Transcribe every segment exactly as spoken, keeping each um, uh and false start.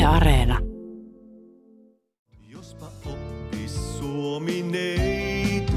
Areena. Jospa oppis suomineito,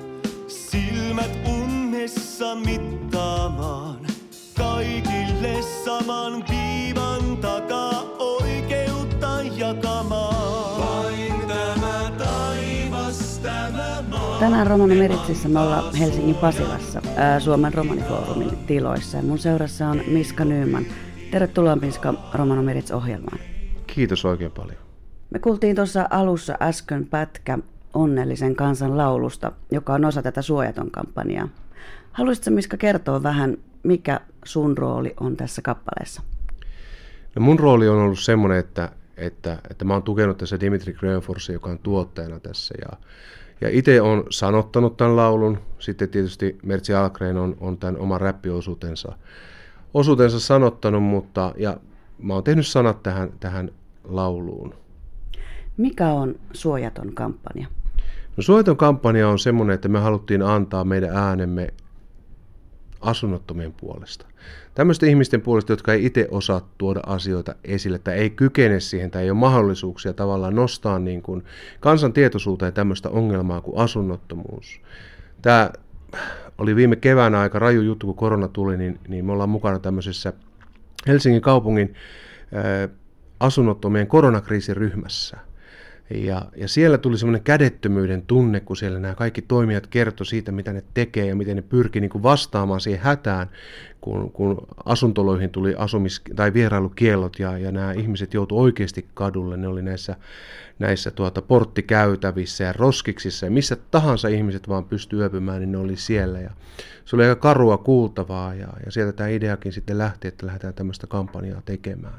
silmät unnessa mittaamaan, kaikille saman viivan takaa oikeutta jakamaan. Vain tämä taivas, tämä maa. Tänään Romano Meritsissä me ollaan Helsingin Pasilassa, ää, Suomen romanifoorumin tiloissa. Mun seurassa on Miska Nyman. Tervetuloa Miska Romano Merits-ohjelmaan. Kiitos oikein paljon. Me kuultiin tuossa alussa äsken pätkä Onnellisen kansan laulusta, joka on osa tätä Suojaton-kampanjaa. Haluaisitko Miska kertoa vähän, mikä sun rooli on tässä kappaleessa? No mun rooli on ollut semmoinen, että, että, että mä oon tukenut tässä Dimitri Grönforsia, joka on tuottajana tässä. Ja, ja itse on sanottanut tämän laulun. Sitten tietysti Mertsi Ahlgren on, on tämän oman räppiosuutensa osuutensa sanottanut, mutta ja mä oon tehnyt sanat tähän, tähän lauluun. Mikä on Suojaton kampanja? No, Suojaton kampanja on semmoinen, että me haluttiin antaa meidän äänemme asunnottomien puolesta. Tämmöisten ihmisten puolesta, jotka ei itse osaa tuoda asioita esille tai ei kykene siihen tai ei ole mahdollisuuksia tavallaan nostaa niin kuin kansan tietoisuuteen tämmöistä ongelmaa kuin asunnottomuus. Tämä oli viime keväänä aika raju juttu, kun korona tuli, niin, niin me ollaan mukana tämmöisessä Helsingin kaupungin ää, asunnottomien koronakriisiryhmässä. Ja, ja siellä tuli semmoinen kädettömyyden tunne, kun siellä nämä kaikki toimijat kertoi siitä, mitä ne tekee ja miten ne pyrki niin kuin vastaamaan siihen hätään, kun, kun asuntoloihin tuli asumis- tai vierailukiellot ja, ja nämä ihmiset joutuivat oikeasti kadulle. Ne oli näissä, näissä tuota, porttikäytävissä ja roskiksissa ja missä tahansa ihmiset vaan pystyi yöpymään, niin ne oli siellä. Ja se oli aika karua kuultavaa ja, ja sieltä tämä ideakin sitten lähti, että lähdetään tämmöistä kampanjaa tekemään.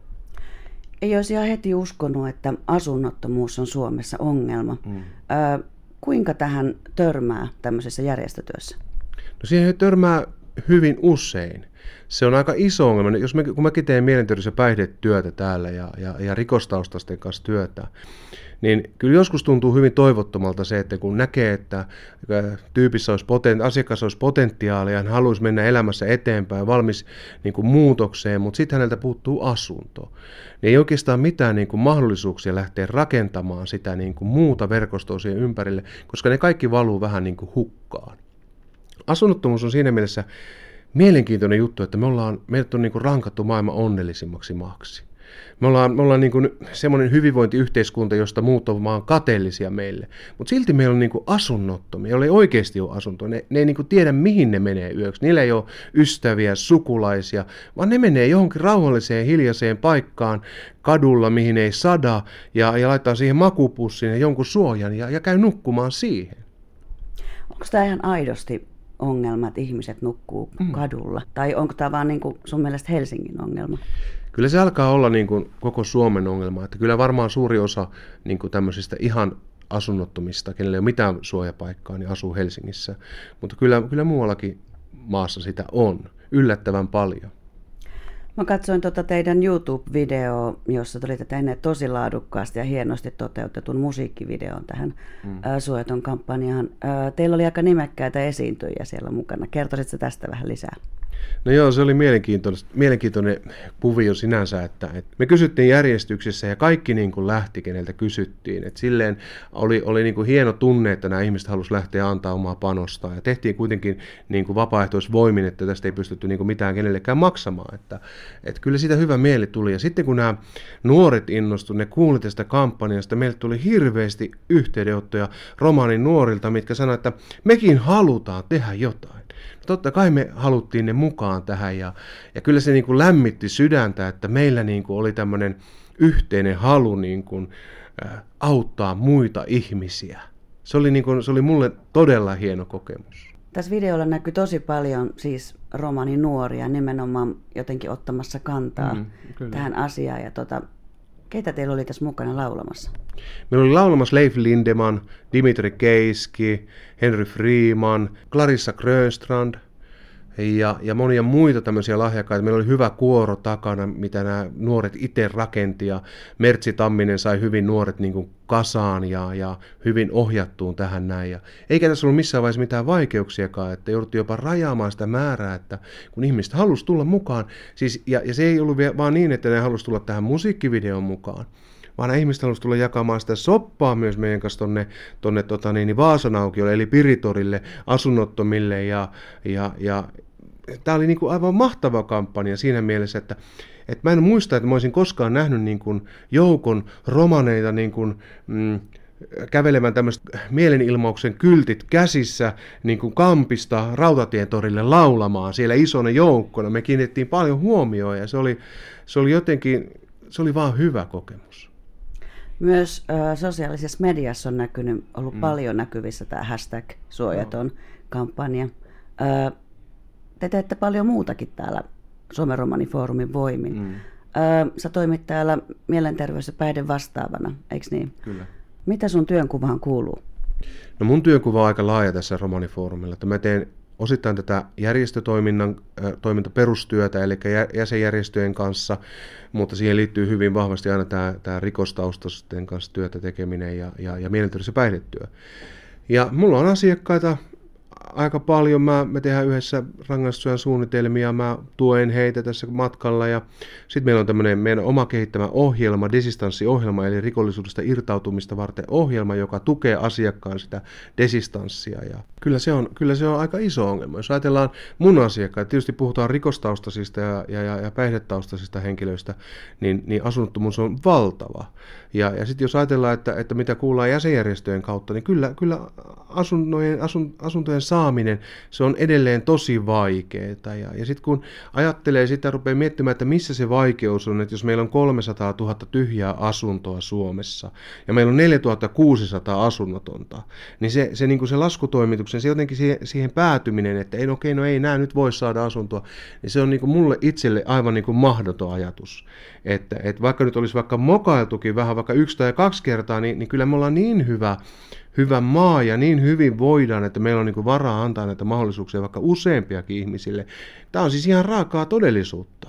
Ei olisi ihan heti uskonut, että asunnottomuus on Suomessa ongelma. Mm. Ö, kuinka tähän törmää tämmöisessä järjestötyössä? No siihen törmää hyvin usein. Se on aika iso ongelma. Jos me, kun mäkin teen mielenterveys- ja päihdetyötä täällä ja, ja, ja rikostaustaisten kanssa työtä, niin kyllä joskus tuntuu hyvin toivottomalta se, että kun näkee, että tyypissä olisi poten, asiakas olisi potentiaalia, hän haluaisi mennä elämässä eteenpäin, valmis niin kuin muutokseen, mutta sitten häneltä puuttuu asunto. Niin ei oikeastaan mitään niin kuin mahdollisuuksia lähteä rakentamaan sitä niin kuin muuta verkostoa siihen ympärille, koska ne kaikki valuu vähän niin kuin hukkaan. Asunnottomuus on siinä mielessä mielenkiintoinen juttu, että me ollaan, meidät on niin kuin rankattu maailman onnellisimmaksi maaksi. Me ollaan, me ollaan niin kuin semmoinen hyvinvointiyhteiskunta, josta muut on vaan kateellisia meille. Mutta silti meillä on niin kuin asunnottomia, joilla ei oikeasti ole asuntoa. Ne, ne ei niin kuin tiedä, mihin ne menee yöksi. Niillä ei ole ystäviä, sukulaisia, vaan ne menee johonkin rauhalliseen, hiljaiseen paikkaan kadulla, mihin ei sada, ja, ja laittaa siihen makupussiin ja jonkun suojan ja, ja käy nukkumaan siihen. Onko tämä ihan aidosti ongelma, että ihmiset nukkuu mm. kadulla? Tai onko tämä vaan niin kuin sun mielestä Helsingin ongelma? Kyllä se alkaa olla niin kuin koko Suomen ongelma, että kyllä varmaan suuri osa niin kuin tämmöisistä ihan asunnottomista, kenellä ei ole mitään suojapaikkaa, niin asuu Helsingissä, mutta kyllä, kyllä muuallakin maassa sitä on, yllättävän paljon. Mä katsoin tuota teidän YouTube-videoa, jossa tulitte tehneet tosi laadukkaasti ja hienosti toteutetun musiikkivideon tähän mm. Suojaton kampanjaan. Teillä oli aika nimekkäitä esiintyjiä siellä mukana. Kertoisitko tästä vähän lisää? No joo, se oli mielenkiintoinen, mielenkiintoinen kuvio sinänsä, että, että me kysyttiin järjestyksessä ja kaikki niin kuin lähti, keneltä kysyttiin. Että silleen oli, oli niin kuin hieno tunne, että nämä ihmiset halusivat lähteä antaa omaa panostaan ja tehtiin kuitenkin niin kuin vapaaehtoisvoimin, että tästä ei pystytty niin kuin mitään kenellekään maksamaan. Että, että kyllä siitä hyvä mieli tuli ja sitten kun nämä nuoret innostuivat, ne kuuli tästä kampanjasta, meille tuli hirveästi yhteydenottoja romaanin nuorilta, mitkä sanoivat, että mekin halutaan tehdä jotain. Totta kai me haluttiin ne mukaan tähän ja, ja kyllä se niin kuin lämmitti sydäntä, että meillä niin kuin oli tämmöinen yhteinen halu niin kuin, ä, auttaa muita ihmisiä. Se oli, niin kuin, se oli mulle todella hieno kokemus. Tässä videolla näkyy tosi paljon siis romanin nuoria nimenomaan jotenkin ottamassa kantaa mm, tähän asiaan. Ja tota, keitä teillä oli tässä mukana laulamassa? Meillä oli laulamassa Leif Lindeman, Dimitri Keiski, Henry Freeman, Clarissa Grönstrand, ja, ja monia muita tämmöisiä lahjakkaita. Meillä oli hyvä kuoro takana, mitä nämä nuoret itse rakenti, ja Mertsi Tamminen sai hyvin nuoret niin kuin kasaan ja, ja hyvin ohjattuun tähän näin. Ja eikä tässä ollut missään vaiheessa mitään vaikeuksiakaan, että jouduttiin jopa rajaamaan sitä määrää, että kun ihmiset halusi tulla mukaan, siis, ja, ja se ei ollut vaan niin, että ne halusi tulla tähän musiikkivideon mukaan, vaan nämä ihmiset halusivat tulla jakamaan sitä soppaa myös meidän kanssa tuonne, tuonne tota niin, Vaasan aukiolle, eli Piritorille, asunnottomille, ja, ja, ja tämä oli niin kuin aivan mahtava kampanja siinä mielessä, että, että mä en muista, että mä olisin koskaan nähnyt niin kuin joukon romaneita niin kuin, mm, kävelemään tämmöiset mielenilmauksen kyltit käsissä niin kuin Kampista Rautatientorille laulamaan siellä isona joukkona. Me kiinnitettiin paljon huomioon ja se oli, se oli jotenkin, se oli vaan hyvä kokemus. Myös ö, sosiaalisessa mediassa on näkynyt, ollut mm. paljon näkyvissä tämä hashtag suojaton no. kampanja. Ö, te teette paljon muutakin täällä Someromanifoorumin voimin. Mm. Ö, sä toimit täällä mielenterveys- ja päihde vastaavana, eikö niin? Kyllä. Mitä sun työnkuvaan kuuluu? No mun työnkuva on aika laaja tässä Romanifoorumilla. Mä teen osittain tätä järjestötoiminnan äh, toimintaperustyötä, eli jäsenjärjestöjen kanssa, mutta siihen liittyy hyvin vahvasti aina tämä, tämä rikostaustaisten kanssa työtä tekeminen ja, ja, ja mielenterveys- ja päihdetyö. Ja mulla on asiakkaita aika paljon. Mä, me tehdään yhdessä rangaistusajan suunnitelmia, mä tuen heitä tässä matkalla, ja sitten meillä on tämmöinen meidän oma kehittämä ohjelma, desistanssiohjelma, eli rikollisuudesta irtautumista varten ohjelma, joka tukee asiakkaan sitä desistanssia. Ja kyllä se on, kyllä se on aika iso ongelma. Jos ajatellaan mun asiakkaita, tietysti puhutaan rikostaustaisista ja, ja, ja päihdetaustaisista henkilöistä, niin, niin asunnottomuus on valtava. Ja, ja sitten jos ajatellaan, että, että mitä kuullaan jäsenjärjestöjen kautta, niin kyllä, kyllä asuntojen, asun, asuntojen saaminen, se on edelleen tosi vaikeaa. Ja, ja sitten kun ajattelee sitä, rupeaa miettimään, että missä se vaikeus on, että jos meillä on kolmesataatuhatta tyhjää asuntoa Suomessa ja meillä on neljätuhatta kuusisataa asunnotonta, niin se, se, niin kuin se laskutoimituksen, se jotenkin siihen, siihen päätyminen, että ei, okei, no ei nää nyt voi saada asuntoa, niin se on niin kuin mulle itselle aivan niin kuin mahdoton ajatus. Että, että vaikka nyt olisi vaikka mokailtukin vähän vaikka yksi tai kaksi kertaa, niin, niin kyllä me ollaan niin hyvä, hyvä maa ja niin hyvin voidaan, että meillä on niin kuin varaa antaa näitä mahdollisuuksia vaikka useampiakin ihmisille. Tämä on siis ihan raakaa todellisuutta.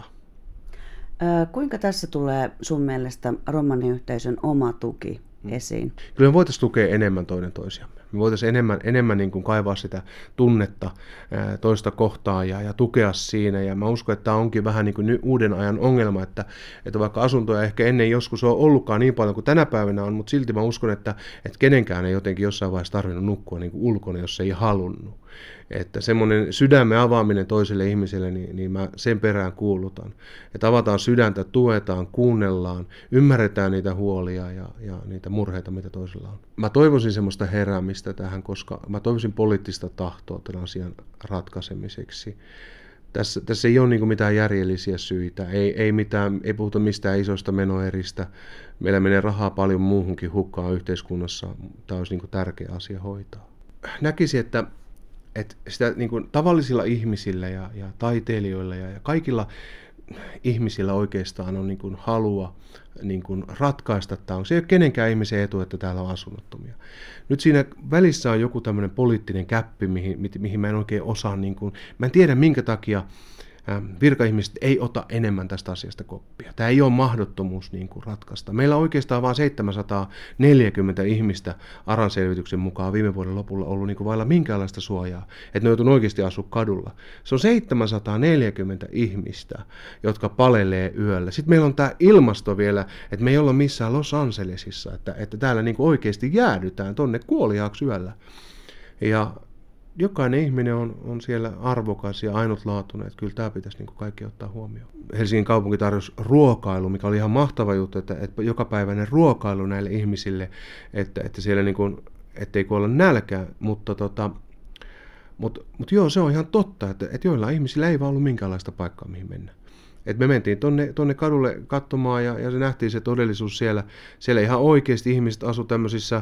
Ö, kuinka tässä tulee sun mielestä romaniyhteisön oma tuki esiin? Kyllä me voitaisiin tukea enemmän toinen toisiamme. Me voitaisiin enemmän, enemmän niin kuin kaivaa sitä tunnetta ää, toista kohtaan ja, ja tukea siinä. Ja mä uskon, että tämä onkin vähän niin kuin uuden ajan ongelma, että, että vaikka asuntoja ehkä ennen joskus on ollutkaan niin paljon kuin tänä päivänä on, mutta silti mä uskon, että, että kenenkään ei jotenkin jossain vaiheessa tarvinnut nukkua niin kuin ulkona, jos ei halunnut. Että semmoinen sydämen avaaminen toiselle ihmiselle, niin, niin mä sen perään kuulutan. Että avataan sydäntä, tuetaan, kuunnellaan, ymmärretään niitä huolia ja, ja niitä murheita, mitä toisella on. Mä toivoisin semmoista heräämistä tähän, koska mä toivoisin poliittista tahtoa tämän asian ratkaisemiseksi. Tässä, tässä ei ole niin kuin mitään järjellisiä syitä, ei, ei, mitään, ei puhuta mistään isoista menoeristä. Meillä menee rahaa paljon muuhunkin hukkaan yhteiskunnassa. Tämä olisi niin kuin tärkeä asia hoitaa. Näkisin, että että sitä niin kuin tavallisilla ihmisillä ja, ja taiteilijoilla ja, ja kaikilla ihmisillä oikeastaan on niin kuin halua niin kuin ratkaista tämä. Se ei ole kenenkään ihmisen etu, että täällä on asunnottomia. Nyt siinä välissä on joku tämmöinen poliittinen käppi, mihin, mihin mä en oikein osaa, niin kuin, mä en tiedä minkä takia virkaihmiset ei ota enemmän tästä asiasta koppia. Tämä ei ole mahdottomuus niin kuin ratkaista. Meillä on oikeastaan vain seitsemänsataaneljäkymmentä ihmistä ARAn selvityksen mukaan viime vuoden lopulla ollut niin kuin vailla minkäänlaista suojaa, että ne joutunut oikeasti asua kadulla. Se on seitsemänsataaneljäkymmentä ihmistä, jotka palelee yöllä. Sitten meillä on tämä ilmasto vielä, että me ei olla missään Los Angelesissa, että, että täällä niin kuin oikeasti jäädytään tonne kuoliaaksi yöllä. Ja jokainen ihminen on, on siellä arvokas ja ainutlaatuinen, että kyllä tämä pitäisi niin kuin kaikki ottaa huomioon. Helsingin kaupunki tarjosi ruokailu, mikä oli ihan mahtava juttu, että, että jokapäiväinen ruokailu näille ihmisille, että, että siellä niin kuin, ettei kuolla nälkää, mutta tota, mutta, mutta joo, se on ihan totta, että, että joillain ihmisillä ei vaan ollut minkäänlaista paikkaa, mihin mennä. Et me mentiin tonne, tonne kadulle katsomaan ja, ja se nähtiin se todellisuus siellä. Siellä ihan oikeasti ihmiset asu tämmöisissä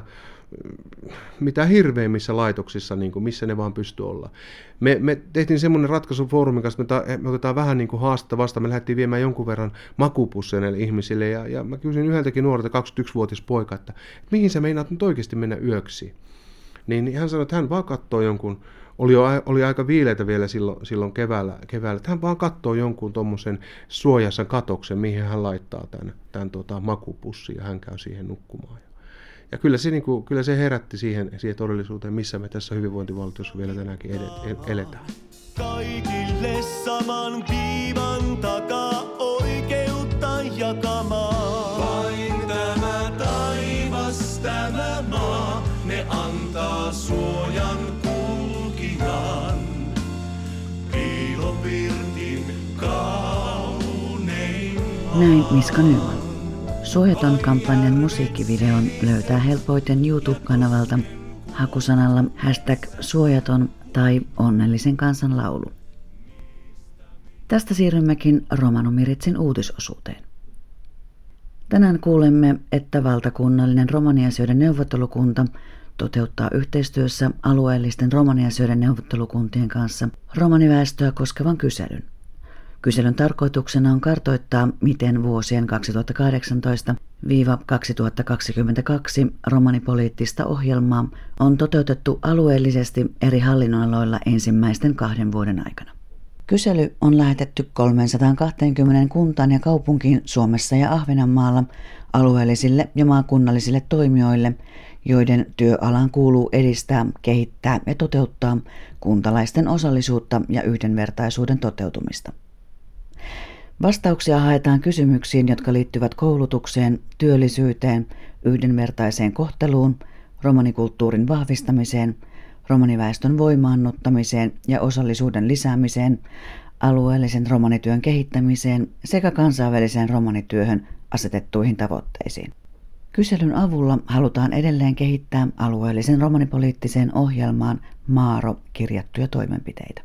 mitä hirveimmissä laitoksissa, niin kuin missä ne vaan pystyy olla. Me, me tehtiin semmoinen ratkaisu foorumin kanssa, että me, ta, me otetaan vähän niin kuin haastetta vastaan. Me lähdettiin viemään jonkun verran makupusseja näille ihmisille ja, ja mä kysyin yhdeltäkin nuorelta kaksikymmentäyksivuotias poika, että, että mihin sä meinaat nyt oikeasti mennä yöksi. Niin hän sanoi, että hän vaan katsoo jonkun oli, jo, oli aika viileitä vielä silloin, silloin keväällä, keväällä. Hän vaan katsoo jonkun tuommoisen suojassa katoksen, mihin hän laittaa tämän, tämän tota, makupussin ja hän käy siihen nukkumaan. Ja kyllä se, niin kuin, kyllä se herätti siihen, siihen todellisuuteen, missä me tässä hyvinvointivaltiossa vielä tänäänkin edet, eletään. Kaikille saman viivan takaa oikeutta jakamaan. Vain tämä taivas, tämä maa, ne antaa suojan kulkijan. Piilopirtin kaunein. Näin Miska Nyman. Suojaton kampanjan musiikkivideon löytää helpoiten YouTube-kanavalta hakusanalla hashtag suojaton tai onnellisen kansan laulu. Tästä siirrymmekin Romano Miritsin uutisosuuteen. Tänään kuulemme, että valtakunnallinen romaniasioiden neuvottelukunta toteuttaa yhteistyössä alueellisten romaniasioiden neuvottelukuntien kanssa romaniväestöä koskevan kyselyn. Kyselyn tarkoituksena on kartoittaa, miten vuosien kaksituhattakahdeksantoista kaksituhattakaksikymmentäkaksi romanipoliittista ohjelmaa on toteutettu alueellisesti eri hallinnonaloilla ensimmäisten kahden vuoden aikana. Kysely on lähetetty kolmesataakaksikymmentä kuntaan ja kaupunkiin Suomessa ja Ahvenanmaalla alueellisille ja maakunnallisille toimijoille, joiden työalaan kuuluu edistää, kehittää ja toteuttaa kuntalaisten osallisuutta ja yhdenvertaisuuden toteutumista. Vastauksia haetaan kysymyksiin, jotka liittyvät koulutukseen, työllisyyteen, yhdenvertaiseen kohteluun, romanikulttuurin vahvistamiseen, romaniväestön voimaannuttamiseen ja osallisuuden lisäämiseen, alueellisen romanityön kehittämiseen sekä kansainväliseen romanityöhön asetettuihin tavoitteisiin. Kyselyn avulla halutaan edelleen kehittää alueellisen romanipoliittiseen ohjelmaan Maaro kirjattuja toimenpiteitä.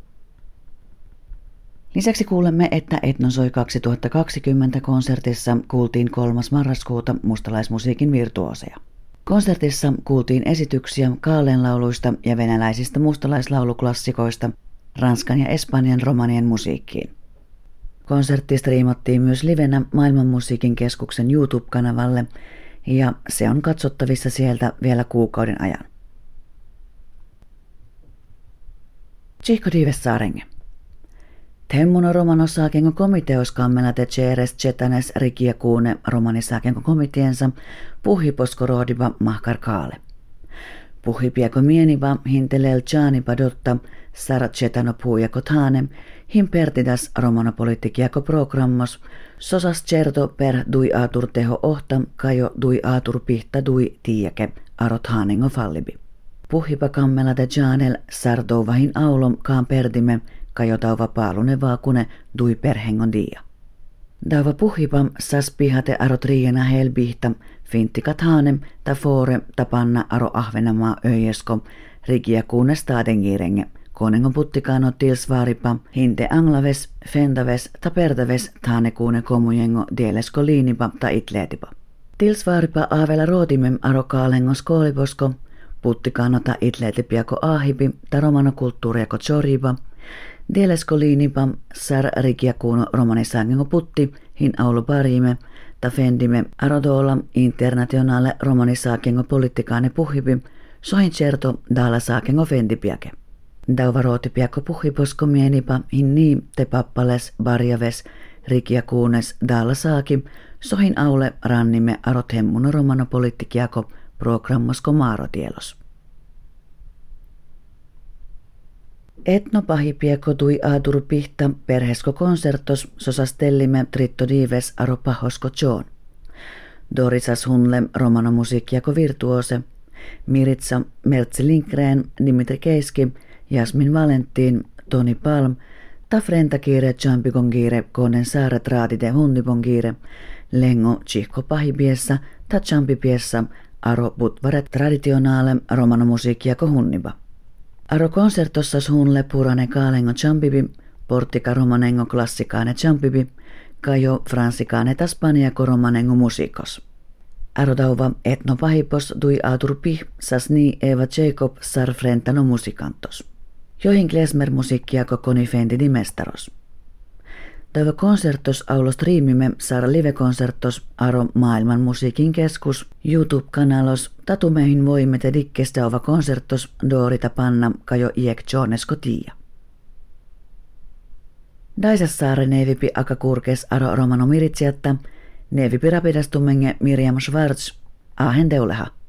Lisäksi kuulemme, että Etnosoi kaksituhattakaksikymmentä konsertissa kuultiin kolmas marraskuuta mustalaismusiikin virtuoseja. Konsertissa kuultiin esityksiä kaalenlauluista ja venäläisistä mustalaislauluklassikoista Ranskan ja Espanjan romanien musiikkiin. Konsertti striimattiin myös livenä Maailmanmusiikin keskuksen YouTube-kanavalle ja se on katsottavissa sieltä vielä kuukauden ajan. Tsihko diives saarenge. Temmuno romano saakengo komiteos kammena te ceres cetanes rikia kuune romani saakengo komitiensa puhiposko roodiva mahkar kaale. Puhipieko mieniva hintelel chaanipa dotta sara cetano puujako taane him pertidas romanopolitikiako programmos sosas certo per dui aatur teho ohta kajo dui aatur pihta dui tiiake arot haanengo fallibi. Puhipa kammela te jaanel sardouvahin aulom kaan perdime kajotauva paalune vaakune dui perhengon dia. Dauva puhipam sas pihate arot riiena helbihta fintikat haanem ta fore ta panna aro Ahvenamaa öjesko rikia kuune staadengirenge konengon puttikano tilsvaaripa hinte anglaves fentaves ta pertaves taane kuune komujengo dielesko liinipa ta itleetipa. Tilsvaaripa aavela rootimem aro kaalengos kooliposko puttikano ta itleetipiako aahipi ta romanokulttuuriako choriba dielesko liinipa sar rikiakuuno romanisangengo putti hin aulu parime ta fendime arodoola internationale romanisaakengo politikaane puhipi sohin certo daala saakengo fendipiake. Dauva rootipiako puhiposko mienipa hin nii te pappales barjaves rikiakuunes daala saaki sohin aule rannime arot hemmuno romanopolitikiako programmosko maarotielos. Etno pahipieko tui aatur pihta perhesko konsertos sosastellime tritto dives aro pahosko John. Dorisas hunle romanomusiikkiako virtuose, Miritsa Mertsi Lindgren, Dimitri Keiski, Jasmin Valentin, Toni Palm, ta Frentakiire Champikongire konen saaret raatite hundipongire, Lengo Tsihko pahipiessa ta Champipiessa aro putvaret traditionaale romanomusiikkiako hunniba. Aro konsertossas hunle purane kaalengo champibi, portika romanengo klassikaane champibi, kajo fransikaane taspaniako romanengo musikos. Aro dauva etno pahipos dui aatur pih sas nii Eva Jacob sar frentano musikantos. Johin klezmer musiikkiako konifendi dimestaros. Toivo konsertos aulo striimimme saada live-konsertos aro maailman musiikin keskus YouTube-kanalos tatumeihin voimme te dikkestä ova konsertos Doorita panna kajo iek Jonesko tiia. Daisassaare neevipi aka kurkes aro romano miritsiatta, neevipi rapidastumenge Miriam Schwarz, ahen teuleha.